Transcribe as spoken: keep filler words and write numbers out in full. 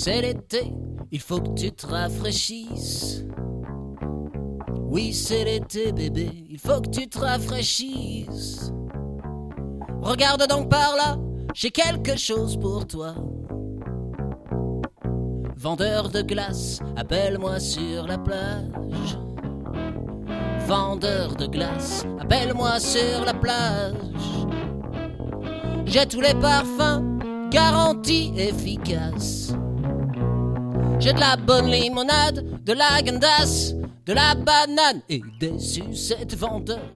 C'est l'été, il faut que tu te rafraîchisses. Oui, c'est l'été, bébé, il faut que tu te rafraîchisses. Regarde donc par là, j'ai quelque chose pour toi. Vendeur de glace, appelle-moi sur la plage. Vendeur de glace, appelle-moi sur la plage. J'ai tous les parfums, garantie efficace. J'ai de la bonne limonade, de la gandasse, de la banane et des sucettes vendeurs.